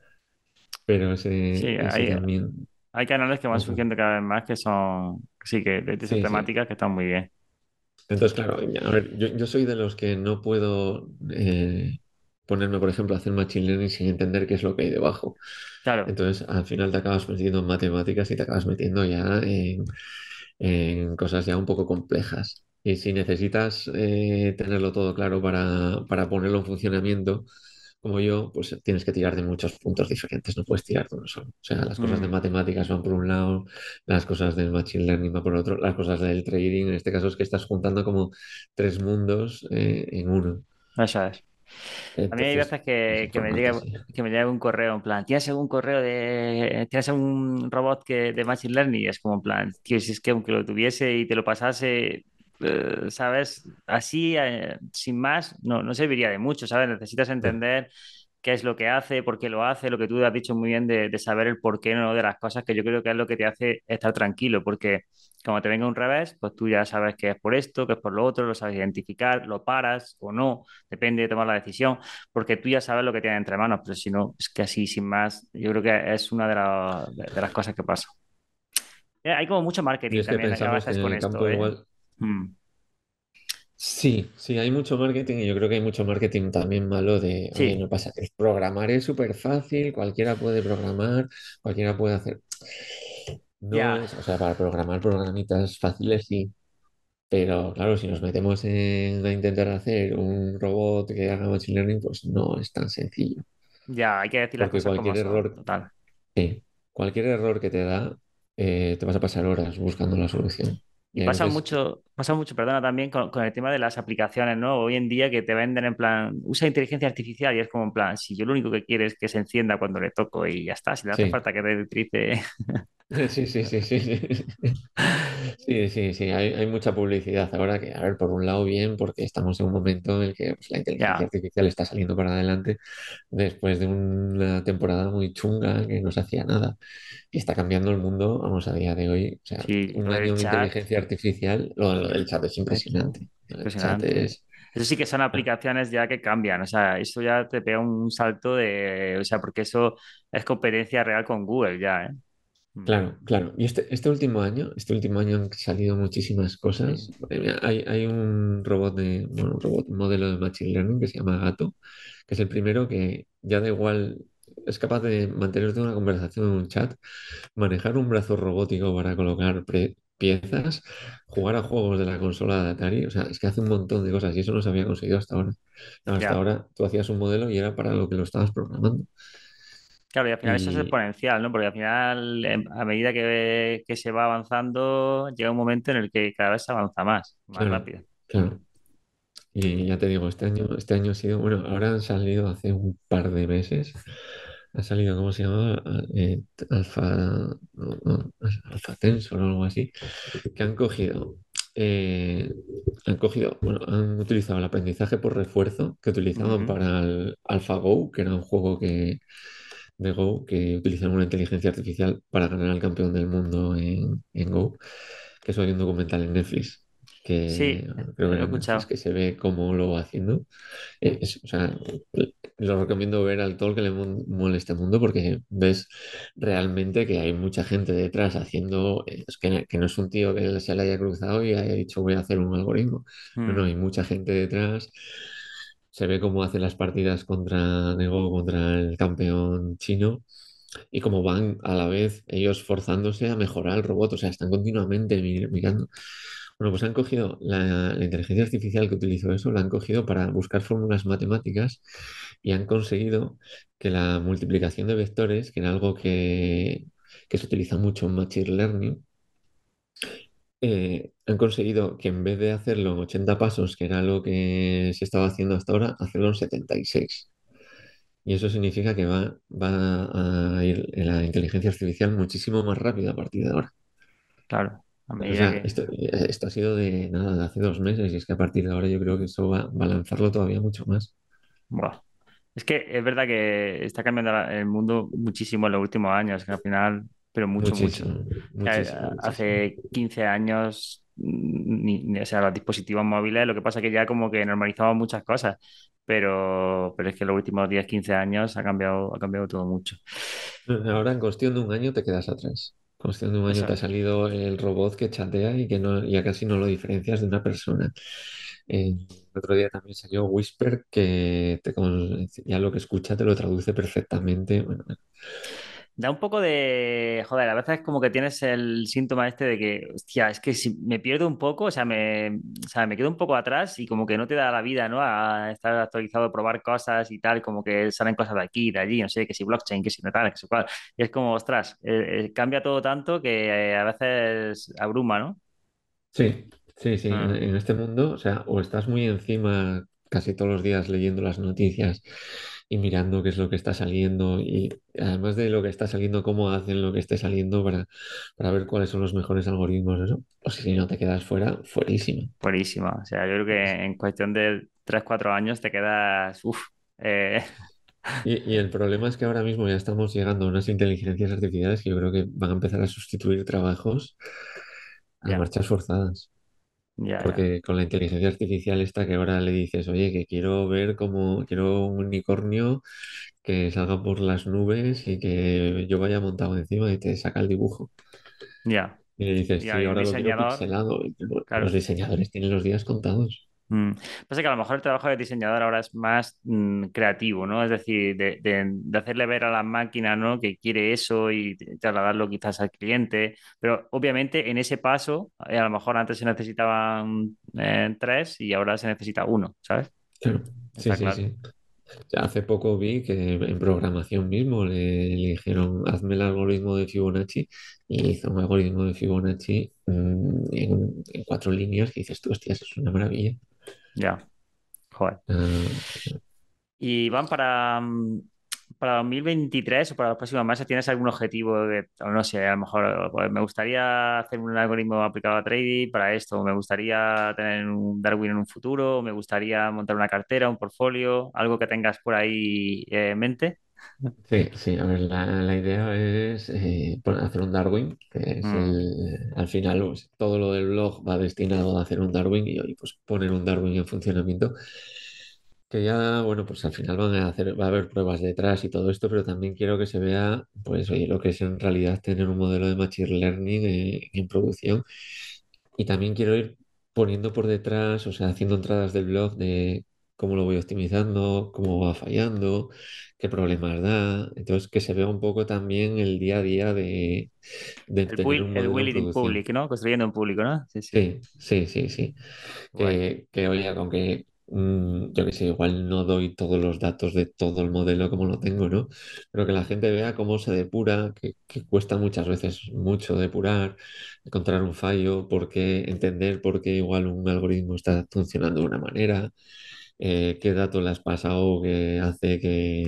pero Sí, ese también, hay canales que van ojo, surgiendo cada vez más que son, sí, que de esas sí, sí. temáticas que están muy bien. Entonces, claro, a ver, yo soy de los que no puedo ponerme, por ejemplo, a hacer machine learning sin entender qué es lo que hay debajo. Claro, Entonces, al final te acabas metiendo en matemáticas y te acabas metiendo ya en cosas ya un poco complejas. Y si necesitas tenerlo todo claro para ponerlo en funcionamiento, como yo, pues tienes que tirar de muchos puntos diferentes, no puedes tirar de uno solo. O sea, las cosas de mm, matemáticas van por un lado, las cosas del machine learning van por otro, las cosas del trading, en este caso es que estás juntando como tres mundos en uno. eso es. A mí hay Entonces, veces pues infórmate, sí. que me llega un correo en plan, ¿tienes algún tienes algún robot de Machine Learning? Y es como en plan, tío, si es que aunque lo tuviese y te lo pasase, ¿sabes? Así, sin más, no serviría de mucho, ¿sabes? Necesitas No. entender qué es lo que hace, por qué lo hace, lo que tú has dicho muy bien de saber el por qué no de las cosas, que yo creo que es lo que te hace estar tranquilo, porque como te venga un revés, pues tú ya sabes que es por esto, que es por lo otro, lo sabes identificar, lo paras o no, depende de tomar la decisión porque tú ya sabes lo que tienes entre manos, pero si no, es que así, sin más, yo creo que es una de las cosas que pasa. Hay como mucho Y marketing es que también a pensamos que veces en con el esto, campo ¿eh? igual. Mm. Sí, sí, hay mucho marketing y yo creo que hay mucho marketing también malo de, oye, Sí, no pasa, que programar es súper fácil, cualquiera puede programar, cualquiera puede hacer. No ya, es, o sea, para programar programitas fáciles sí, pero claro, si nos metemos a intentar hacer un robot que haga machine learning, pues no es tan sencillo, ya, hay que decir las porque cosas como son, total. cualquier error que te da, te vas a pasar horas buscando la solución. Y Y a veces, pasa mucho, perdona, también con el tema de las aplicaciones, ¿no? Hoy en día que te venden en plan, usa inteligencia artificial y es como en plan, si yo lo único que quiero es que se encienda cuando le toco y ya está, si le hace sí. falta que te utilice. Sí, sí, sí, sí, sí. Sí, sí, sí, hay mucha publicidad ahora que, a ver, por un lado bien, porque estamos en un momento en el que pues, la inteligencia Ya, artificial está saliendo para adelante después de una temporada muy chunga que no se hacía nada y está cambiando el mundo, vamos, a día de hoy. O sea, sí, un lo del año en chat. inteligencia artificial, lo del chat es Es, impresionante. Lo es del chat impresionante. es... Eso sí que son aplicaciones ya que cambian, o sea, eso ya te pega un salto o sea, porque eso es competencia real con Google ya, ¿eh? Mm, Claro, claro. Y este último año han salido muchísimas sí, cosas. Mira, hay un robot bueno, un robot, un modelo de Machine Learning que se llama Gato, que es el primero que ya da igual, es capaz de mantenerte una conversación en un chat, manejar un brazo robótico para colocar piezas, jugar a juegos de la consola de Atari. O sea, es que hace un montón de cosas y eso no se había conseguido hasta ahora. No, hasta ya. ahora tú hacías un modelo y era para lo que lo estabas programando. Claro, y al final eso es Y exponencial, ¿no? Porque al final, a medida que se va avanzando, llega un momento en el que cada vez se avanza más claro, rápido. Mm. claro. Y ya te digo, este año ha sido, bueno, ahora han salido hace un par de meses, ha salido, ¿cómo se llama? Alfa, no, Alfa Tensor o algo así, que bueno, han utilizado el aprendizaje por refuerzo que utilizaban Ujú. para el AlphaGo, que era un juego de Go, que utilizaron una inteligencia artificial para ganar al campeón del mundo en Go, que eso hay un documental en Netflix, que Sí, creo que lo he era en Netflix, escuchado. que se ve cómo lo va haciendo. O sea, lo recomiendo ver al todo el que le mole este mundo porque ves realmente que hay mucha gente detrás haciendo, es que no es un tío que se le haya cruzado y haya dicho voy a hacer un algoritmo. No, no, Mm, hay mucha gente detrás. Se ve cómo hacen las partidas contra Nego, contra el campeón chino y cómo van a la vez ellos forzándose a mejorar el robot. O sea, están continuamente mirando. Bueno, pues han cogido la inteligencia artificial que utilizó eso, la han cogido para buscar fórmulas matemáticas y han conseguido que la multiplicación de vectores, que era algo que se utiliza mucho en Machine Learning, han conseguido que en vez de hacerlo en 80 pasos, que era lo que se estaba haciendo hasta ahora, hacerlo en 76. Y eso significa que va a ir la inteligencia artificial muchísimo más rápido a partir de ahora. claro, a Pero, o medida sea, que... esto ha sido de nada, de hace 2 meses, y es que a partir de ahora yo creo que eso va a lanzarlo todavía mucho más. Buah. Es que es verdad que está cambiando el mundo muchísimo en los últimos años, que al final, pero mucho, mucho. Muchísimo, Que muchísimo, muchísimo. hace 15 años, o sea, los dispositivos móviles, lo que pasa es que ya como que normalizamos muchas cosas, pero es que en los últimos 10 15 años ha cambiado todo mucho. Ahora en cuestión de un año te quedas atrás. En cuestión de un año te ha Eso, salido el robot que chatea y que no, ya casi no lo diferencias de una persona. El otro día también salió Whisper, que ya lo que escucha te lo traduce perfectamente. Bueno, da un poco de, joder, a veces como que tienes el síntoma este de que, hostia, es que si me pierdo un poco, o sea, me quedo un poco atrás y como que no te da la vida, ¿no? A estar actualizado, probar cosas y tal, como que salen cosas de aquí, de allí, no sé, que si blockchain, que si no tal, que si cual. Y es como, ostras, cambia todo tanto que a veces abruma, ¿no? sí, sí, sí. En, Mm, en este mundo, o sea, o estás muy encima casi todos los días leyendo las noticias y mirando qué es lo que está saliendo y además de lo que está saliendo, cómo hacen lo que esté saliendo para ver cuáles son los mejores algoritmos, eso. O si no te quedas fuera, fuerísima. buenísimo. O sea, yo creo que en cuestión de 3 4 años te quedas, uff, eh, Y el problema es que ahora mismo ya estamos llegando a unas inteligencias artificiales que yo creo que van a empezar a sustituir trabajos a ya, marchas forzadas. ya, ya. Porque con la inteligencia artificial esta que ahora le dices, oye, que quiero ver cómo, quiero un unicornio que salga por las nubes y que yo vaya montado encima y te saca el dibujo. Ya. Y le dices, Y sí, hay un ahora lo quiero diseñador, pixelado. Y los claro. diseñadores tienen los días contados. Mm. Pasa que a lo mejor el trabajo de diseñador ahora es más creativo, ¿no? Es decir, de hacerle ver a la máquina, ¿no? Que quiere eso y trasladarlo quizás al cliente. Pero obviamente en ese paso, a lo mejor antes se necesitaban tres y ahora se necesita uno, ¿sabes? Claro, sí, Está sí, claro. sí. Ya hace poco vi que en programación mismo le dijeron, hazme el algoritmo de Fibonacci y hizo un algoritmo de Fibonacci en 4 líneas que dices tú, hostia, eso es una maravilla. Ya, joder. Ah, Y van para 2023 o para los próximos meses, ¿tienes algún objetivo de, o no sé, a lo mejor pues, me gustaría hacer un algoritmo aplicado a trading para esto, o me gustaría tener un Darwin en un futuro, o me gustaría montar una cartera, un portfolio, algo que tengas por ahí en mente? sí, sí, a ver, la idea es hacer un Darwin, que es Mm, al final pues, todo lo del blog va destinado a hacer un Darwin y hoy pues poner un Darwin en funcionamiento. Que ya, bueno, pues al final va a haber pruebas detrás y todo esto, pero también quiero que se vea, pues, oye, lo que es en realidad tener un modelo de Machine Learning en producción. Y también quiero ir poniendo por detrás, o sea, haciendo entradas del blog de cómo lo voy optimizando, cómo va fallando, qué problemas da. Entonces, que se vea un poco también el día a día de tener un el modelo en will it in producción. public, ¿no? Construyendo en público, ¿no? Sí, sí. Sí, sí, sí, sí. Guay. Que oye, aunque yo qué sé, igual no doy todos los datos de todo el modelo como lo tengo, ¿no? Pero que la gente vea cómo se depura, que cuesta muchas veces mucho depurar, encontrar un fallo, entender por qué igual un algoritmo está funcionando de una manera, qué datos le has pasado que hace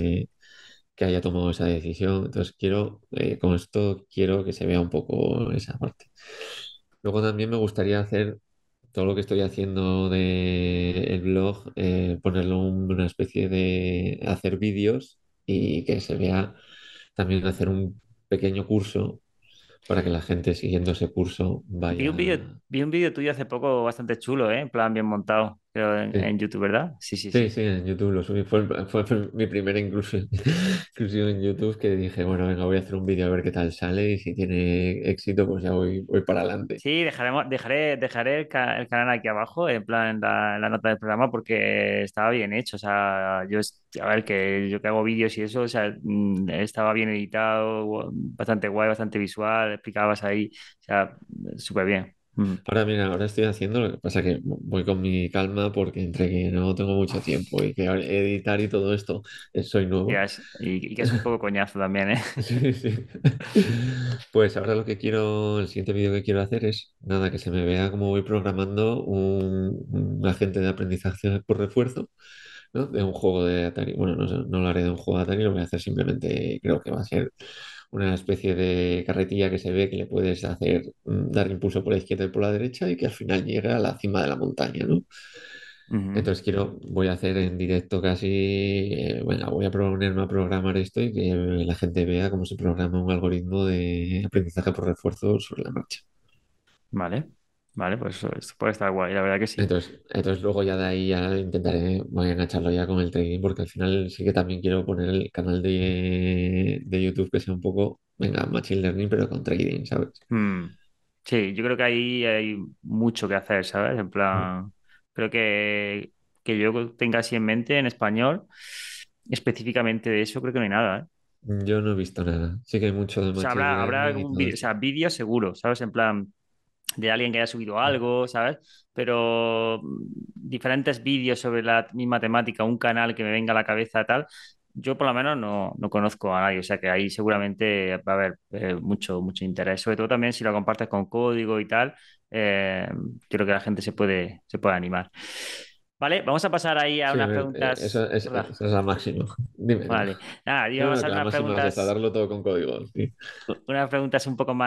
que haya tomado esa decisión. Entonces con esto quiero que se vea un poco esa parte. Luego también me gustaría hacer todo lo que estoy haciendo de el blog, ponerlo una especie de hacer vídeos y que se vea también hacer un pequeño curso para que la gente siguiendo ese curso Vi un vaya. vídeo, vi un vídeo tuyo hace poco bastante chulo, ¿eh? En plan, bien montado, creo, Sí, en YouTube, ¿verdad? Sí, sí, sí, sí. sí, en YouTube lo subí. Fue mi primera inclusión, inclusión en YouTube que dije, bueno, venga, voy a hacer un vídeo a ver qué tal sale y si tiene éxito, pues ya voy para adelante. Sí, dejaré el canal aquí abajo, en plan en la nota del programa, porque estaba bien hecho. O sea, a ver, que yo que hago vídeos y eso, o sea, estaba bien editado, bastante guay, bastante visual, explicabas ahí, o sea, súper bien. Ahora, mira, ahora estoy haciendo, lo que pasa que voy con mi calma porque entre que no tengo mucho tiempo y que editar y todo esto, soy nuevo. Y que es un poco coñazo también, ¿eh? Sí, sí. Pues ahora el siguiente vídeo que quiero hacer es, nada, que se me vea cómo voy programando un agente de aprendizaje por refuerzo, ¿no? De un juego de Atari. Bueno, no, no lo haré de un juego de Atari, lo voy a hacer simplemente, creo que va a ser una especie de carretilla que se ve que le puedes hacer, dar impulso por la izquierda y por la derecha y que al final llega a la cima de la montaña, ¿no? Ujú. Entonces voy a hacer en directo casi, bueno, voy a ponerme a programar esto y que la gente vea cómo se programa un algoritmo de aprendizaje por refuerzo sobre la marcha. Vale, vale, pues esto puede estar guay, la verdad que sí. Entonces luego ya de ahí ya intentaré, voy a engancharlo ya con el trading porque al final sí que también quiero poner el canal de YouTube que sea un poco, venga, Machine Learning pero con trading, ¿sabes? Mm. Sí, yo creo que ahí hay mucho que hacer, ¿sabes? En plan, creo que yo tenga así en mente en español, específicamente de eso, creo que no hay nada, ¿eh? Yo no he visto nada. Sí que hay mucho de O sea, Machine habrá Learning y algún todo vídeo, o esto. sea, vídeo seguro, ¿sabes? En plan, de alguien que haya subido algo, ¿sabes? Pero diferentes vídeos sobre la misma temática, un canal que me venga a la cabeza tal, yo por lo menos no conozco a nadie, o sea que ahí seguramente va a haber mucho interés, sobre todo también si lo compartes con código y tal, eh, creo que la gente se puede animar. Vale, vamos a pasar ahí a Sí, a unas ver, preguntas. Hola. esa es la máxima. Dime, dime. Vale, nada, No, íbamos no, a que hacer la máxima es esa, darlo todo con código. Sí. unas preguntas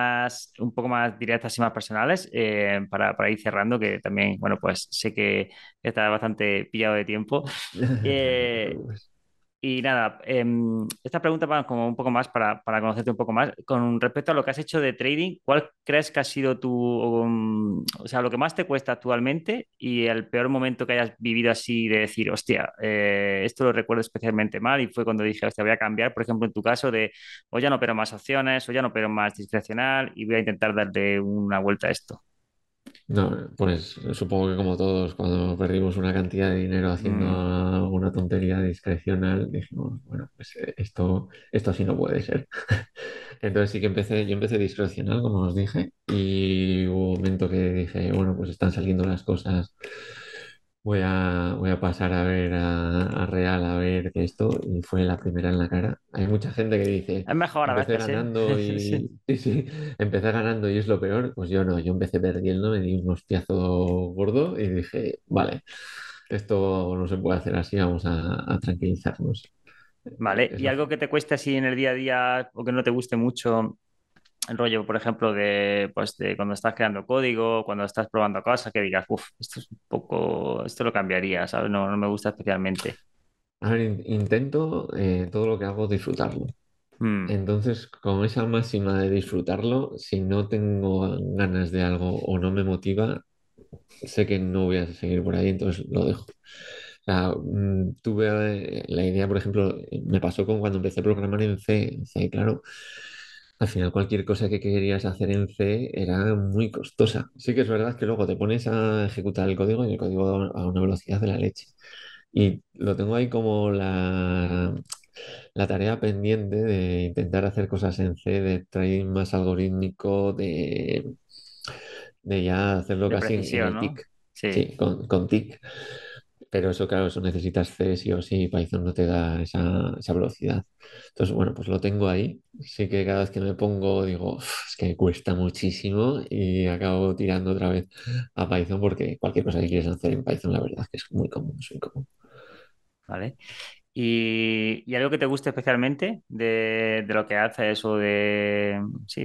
un poco más directas y más personales para ir cerrando, que también, bueno, pues sé que está bastante pillado de tiempo. No te Eh, preocupes. y nada, esta pregunta va como un poco más para conocerte un poco más. Con respecto a lo que has hecho de trading, ¿cuál crees que ha sido o sea, lo que más te cuesta actualmente y el peor momento que hayas vivido así de decir, hostia, esto lo recuerdo especialmente mal y fue cuando dije, hostia, voy a cambiar, por ejemplo, en tu caso de, o ya no opero más opciones, o ya no opero más discrecional y voy a intentar darle una vuelta a esto. No, pues supongo que como todos, cuando perdimos una cantidad de dinero haciendo Mm, una tontería discrecional, dijimos, bueno, pues esto así no puede ser. Entonces sí que yo empecé discrecional, como os dije, y hubo un momento que dije, bueno, pues están saliendo las cosas, voy a pasar a ver a Real, a ver que esto, y fue la primera en la cara. Hay mucha gente que dice, es mejor a empecé veces, ¿eh? ganando Sí. y sí, sí, empecé ganando y es lo peor. Pues yo no, yo empecé perdiendo, me di un hostiazo gordo y dije, vale, esto no se puede hacer así, vamos a tranquilizarnos. Vale, ¿y Eso algo fue. que te cueste así en el día a día o que no te guste mucho? El rollo, por ejemplo, pues, de cuando estás creando código, cuando estás probando cosas, que digas, uff, esto es un poco, esto lo cambiaría, ¿sabes? No me gusta especialmente. A ver, intento todo lo que hago disfrutarlo. Mm, Entonces, con esa máxima de disfrutarlo, si no tengo ganas de algo o no me motiva, sé que no voy a seguir por ahí, entonces lo dejo. O sea, tuve la idea, por ejemplo, me pasó con cuando empecé a programar en C. En C, claro, al final cualquier cosa que querías hacer en C era muy costosa. Sí que es verdad que luego te pones a ejecutar el código y el código a una velocidad de la leche. Y lo tengo ahí como la tarea pendiente de intentar hacer cosas en C, de trading más algorítmico, de ya hacerlo de casi en precisión, el ¿no? TIC. Sí. Sí, con TIC. Pero eso, claro, eso necesitas C sí o sí, Python no te da esa velocidad. Entonces, bueno, pues lo tengo ahí. Sí que cada vez que me pongo digo, "Uf, es que cuesta muchísimo y acabo tirando otra vez a Python porque cualquier cosa que quieres hacer en Python, la verdad es que es muy cómodo, es muy cómodo. ¿Vale? Y algo que te guste especialmente de lo que haces o sí,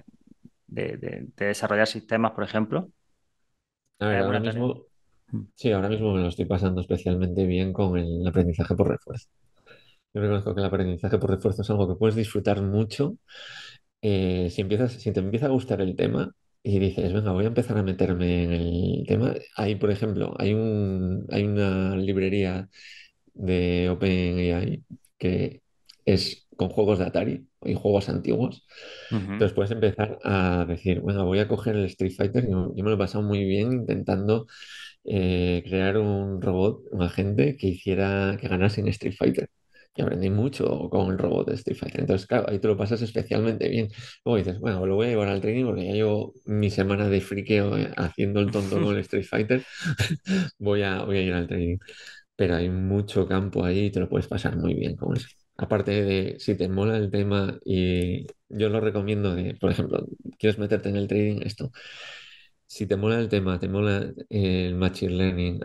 de desarrollar sistemas, por ejemplo. A ¿Hay ver, ahora alguna tarea? mismo, sí, ahora mismo me lo estoy pasando especialmente bien con el aprendizaje por refuerzo. Yo reconozco que el aprendizaje por refuerzo es algo que puedes disfrutar mucho si te empieza a gustar el tema y dices, venga, voy a empezar a meterme en el tema. Hay, por ejemplo, hay una librería de OpenAI que es con juegos de Atari y juegos antiguos. Ujú. Entonces puedes empezar a decir, bueno, voy a coger el Street Fighter. Yo me lo he pasado muy bien intentando crear un robot, un agente que hiciera que ganase en Street Fighter. Y aprendí mucho con el robot de Street Fighter. Entonces, claro, ahí te lo pasas especialmente bien. Luego dices, bueno, lo voy a llevar al training porque ya llevo mi semana de friqueo haciendo el tonto con el Street Fighter. Voy a ir al training. Pero hay mucho campo ahí y te lo puedes pasar muy bien con eso. Aparte de, si te mola el tema y yo lo recomiendo de, por ejemplo, quieres meterte en el trading, esto. Si te mola el tema, te mola el machine learning,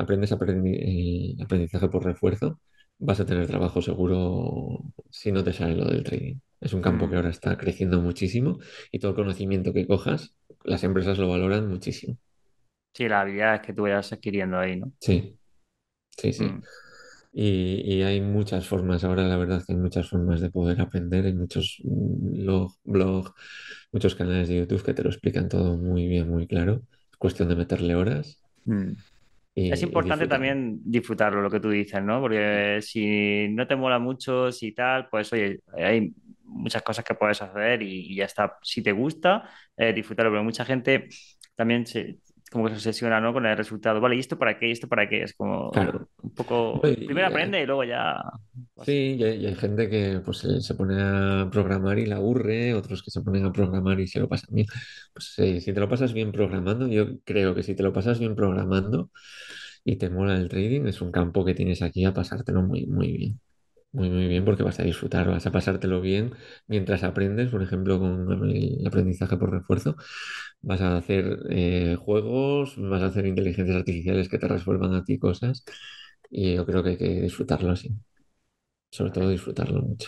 el aprendizaje por refuerzo, vas a tener trabajo seguro si no te sale lo del trading. Es un campo que Mm. ahora está creciendo muchísimo y todo el conocimiento que cojas, las empresas lo valoran muchísimo. Sí, las habilidades que tú vayas adquiriendo ahí, ¿no? Sí, sí, sí. Mm. Y hay muchas formas, ahora la verdad que hay muchas formas de poder aprender, hay muchos blogs, muchos canales de YouTube que te lo explican todo muy bien, muy claro. Es cuestión de meterle horas Mm. Es y importante disfrutarlo. también disfrutarlo, lo que tú dices, ¿no? Porque si no te mola mucho, si tal, pues oye, hay muchas cosas que puedes hacer y ya está. Si te gusta, disfrutarlo, pero mucha gente también como que se obsesiona, ¿no? Con el resultado. Vale, ¿y esto para qué? ¿Y esto para qué? Es como Claro. un No, poco, primero aprende y luego ya. Pues, sí, y hay gente que pues, se pone a programar y la aburre, otros que se ponen a programar y se lo pasan bien. Pues si te lo pasas bien programando, yo creo que si te lo pasas bien programando y te mola el trading, es un campo que tienes aquí a pasártelo muy, muy bien. Muy, muy bien, porque vas a disfrutar, vas a pasártelo bien mientras aprendes, por ejemplo, con el aprendizaje por refuerzo. Vas a hacer juegos, vas a hacer inteligencias artificiales que te resuelvan a ti cosas. Y yo creo que hay que disfrutarlo así, sobre todo vale. disfrutarlo mucho.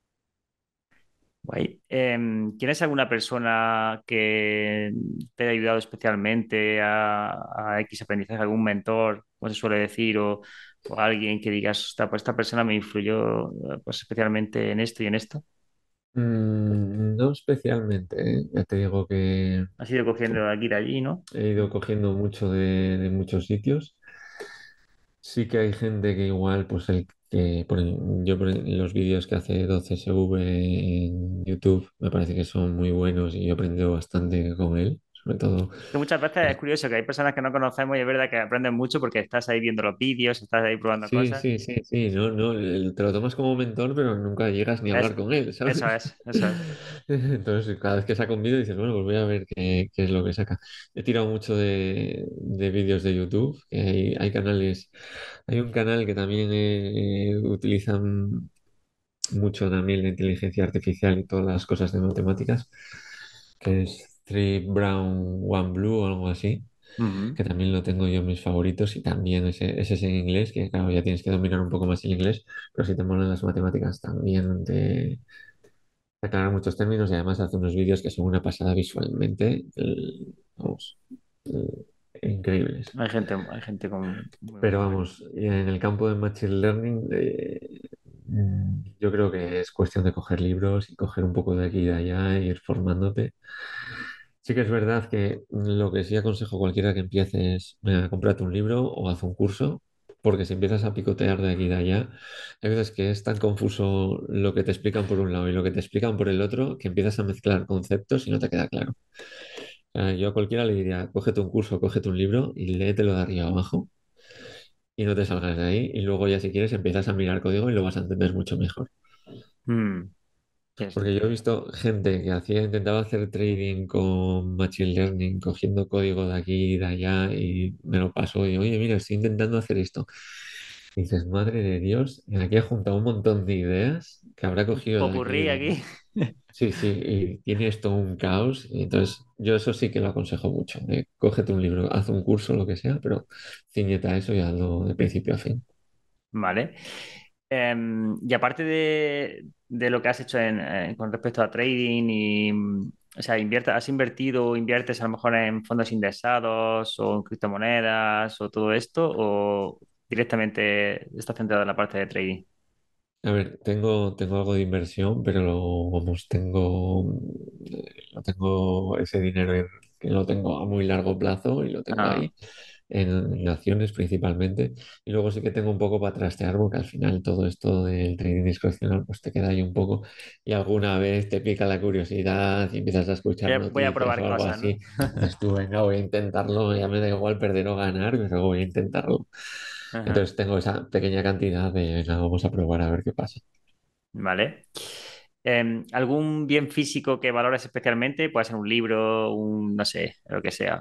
Guay. ¿Tienes alguna persona que te haya ayudado especialmente a X aprendizaje, algún mentor, como se suele decir, o alguien que digas, "Ostras, pues esta persona me influyó pues, especialmente en esto y en esto"? No especialmente, ¿eh? Ya te digo que Has ido cogiendo de aquí y de allí, ¿no? he ido cogiendo mucho de muchos sitios. Sí que hay gente que igual, pues los vídeos que hace 12SV en YouTube me parece que son muy buenos y yo he aprendido bastante con él, sobre todo. Que muchas veces es curioso que hay personas que no conocemos y es verdad que aprenden mucho porque estás ahí viendo los vídeos, estás ahí probando Sí, cosas. sí, sí, sí, no, no, te lo tomas como mentor, pero nunca llegas ni a hablar Es, con él, eso ¿sabes? es, eso es. Entonces, cada vez que saca un vídeo dices, bueno, pues voy a ver qué es lo que saca. He tirado mucho de vídeos de YouTube, que hay canales, hay un canal que también utilizan mucho también la inteligencia artificial y todas las cosas de matemáticas, que es Three Brown, One Blue o algo así, Ujú. que también lo tengo yo en mis favoritos y también ese es en inglés, que claro, ya tienes que dominar un poco más el inglés, pero si te molan las matemáticas también te aclara muchos términos y además hace unos vídeos que son una pasada visualmente, vamos, increíbles. Hay gente con muy, muy Pero buena. vamos, en el campo de Machine Learning, yo creo que es cuestión de coger libros y coger un poco de aquí y de allá e ir formándote. Sí que es verdad que lo que sí aconsejo a cualquiera que empiece es, venga, cómprate un libro o haz un curso, porque si empiezas a picotear de aquí y de allá, hay veces que es tan confuso lo que te explican por un lado y lo que te explican por el otro, que empiezas a mezclar conceptos y no te queda claro. O sea, yo a cualquiera le diría, cógete un curso, cógete un libro y léetelo de arriba abajo y no te salgas de ahí. Y luego ya si quieres empiezas a mirar código y lo vas a entender mucho mejor. Mm. Tiene Porque yo sentido. he visto gente que intentaba hacer trading con Machine Learning, cogiendo código de aquí y de allá y me lo pasó y oye, mira, estoy intentando hacer esto. Y dices, madre de Dios, aquí ha juntado un montón de ideas que habrá cogido de aquí. Popurrí aquí. Sí, sí, y tiene esto un caos. Y entonces, yo eso sí que lo aconsejo mucho. Cógete un libro, haz un curso, lo que sea, pero ciñete a eso y hazlo de principio a fin. Vale. Y aparte de lo que has hecho con respecto a trading y, o sea, has invertido o inviertes a lo mejor en fondos indexados o en criptomonedas o todo esto, o directamente estás centrado en la parte de trading. A ver, tengo algo de inversión, pero vamos, lo tengo ese dinero que lo tengo a muy largo plazo y lo tengo Ah, ahí en acciones principalmente. Y luego sí que tengo un poco para trastear, porque al final todo esto del trading discrecional pues te queda ahí un poco y alguna vez te pica la curiosidad y empiezas a escuchar voy a noticias probar o algo cosas, ¿no? así. Dices tú, venga, voy a intentarlo, ya me da igual perder o ganar, pero voy a intentarlo. Ajá. Entonces tengo esa pequeña cantidad de, venga, vamos a probar a ver qué pasa. Vale. ¿Algún bien físico que valores especialmente? Puede ser un libro, no sé, lo que sea.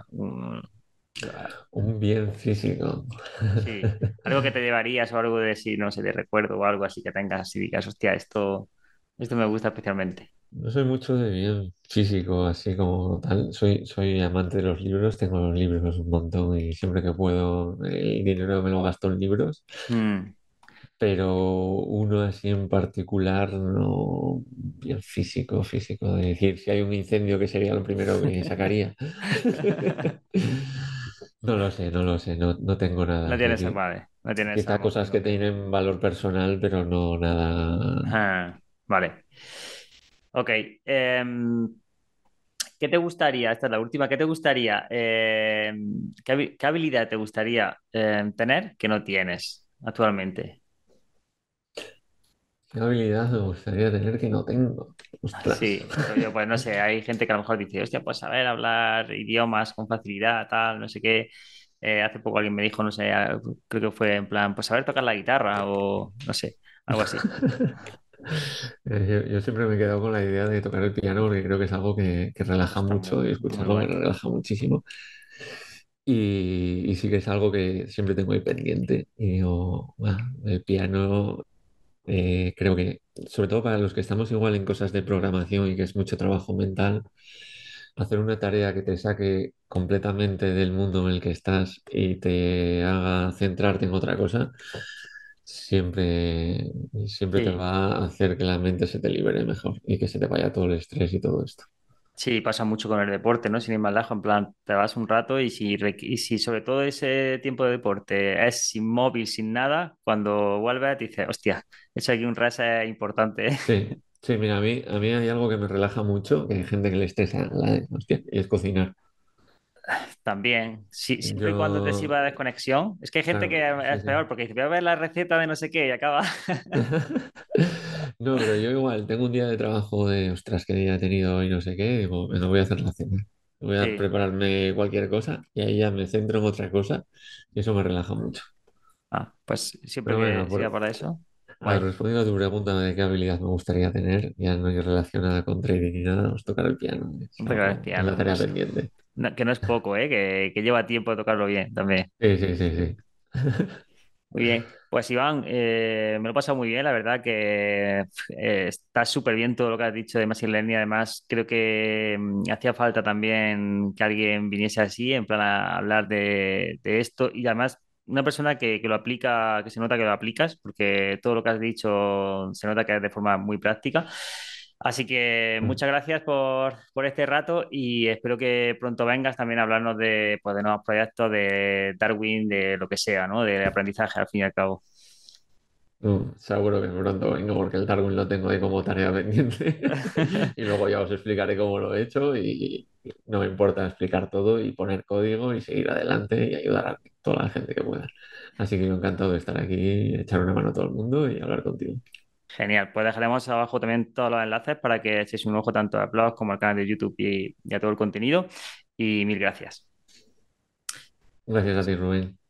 Un bien físico. Sí, algo que te llevarías o algo de si, no sé, de recuerdo o algo así que tengas y digas, hostia, esto me gusta especialmente. No soy mucho de bien físico, así como tal. Soy amante de los libros, tengo los libros un montón y siempre que puedo el dinero me lo gasto en libros, Mm. pero uno así en particular no bien físico, de decir si hay un incendio que sería lo primero que sacaría. No lo sé, no tengo nada No así. tienes, vale, no tienes Quizá algo cosas que fijo. tienen valor personal, pero no nada. Ajá, vale. Ok. ¿Qué te gustaría? Esta es la última. ¿Qué te gustaría? ¿Qué habilidad te gustaría tener que no tienes actualmente? ¿Qué habilidad me gustaría tener que no tengo? Ostras. Sí, rollo, pues no sé, hay gente que a lo mejor dice, hostia, pues saber hablar idiomas con facilidad, tal, no sé qué. Hace poco alguien me dijo, no sé, creo que fue en plan, pues saber tocar la guitarra o no sé, algo así. Yo siempre me he quedado con la idea de tocar el piano porque creo que es algo que relaja Está mucho y muy escucharlo me guay. relaja muchísimo. Y sí que es algo que siempre tengo ahí pendiente. Y digo, "Buah, el piano, creo que, sobre todo para los que estamos igual en cosas de programación y que es mucho trabajo mental, hacer una tarea que te saque completamente del mundo en el que estás y te haga centrarte en otra cosa, siempre te Sí, va a hacer que la mente se te libere mejor y que se te vaya todo el estrés y todo esto. sí, pasa mucho con el deporte, ¿no? Sin ir más lejos, en plan, te vas un rato y si sobre todo ese tiempo de deporte es sin móvil, sin nada, cuando vuelves dices, hostia, he hecho aquí un reset importante. Sí, sí, mira, a mí hay algo que me relaja mucho, que hay gente que le estresa, hostia, y es cocinar. También, sí, siempre y cuando te Yo, sirva de desconexión. Es que hay gente claro, que sí, es sí. peor porque dice, voy a ver la receta de no sé qué y acaba. No, pero yo igual tengo un día de trabajo de, ostras, qué día he tenido hoy, no sé qué, digo, venga, voy a hacer la cena. Voy a Sí. prepararme cualquier cosa y ahí ya me centro en otra cosa y eso me relaja mucho. Ah, pues siempre Pero que bueno, sirva para eso, guay. respondiendo a tu pregunta de qué habilidad me gustaría tener, ya no es relacionada con trading ni nada, pues tocar el piano, Tocar el es la piano, tarea pendiente. que no es poco, ¿eh? Que lleva tiempo de tocarlo bien también. Sí, sí, sí, sí. Muy bien, pues Iván, me lo he pasado muy bien, la verdad que está súper bien todo lo que has dicho de Machine Learning, además creo que hacía falta también que alguien viniese así, en plan a hablar de esto y además una persona que lo aplica, que se nota que lo aplicas, porque todo lo que has dicho se nota que es de forma muy práctica. Así que muchas gracias por este rato y espero que pronto vengas también a hablarnos de, pues, de nuevos proyectos, de Darwin, de lo que sea, ¿no? De aprendizaje al fin y al cabo. No, seguro que pronto vengo porque el Darwin lo tengo ahí como tarea pendiente y luego ya os explicaré cómo lo he hecho y no me importa explicar todo y poner código y seguir adelante y ayudar a toda la gente que pueda. Así que yo encantado de estar aquí, echar una mano a todo el mundo y hablar contigo. Genial, pues dejaremos abajo también todos los enlaces para que echéis un ojo tanto al blog como al canal de YouTube y a todo el contenido. Y mil gracias. Gracias a ti, Rubén.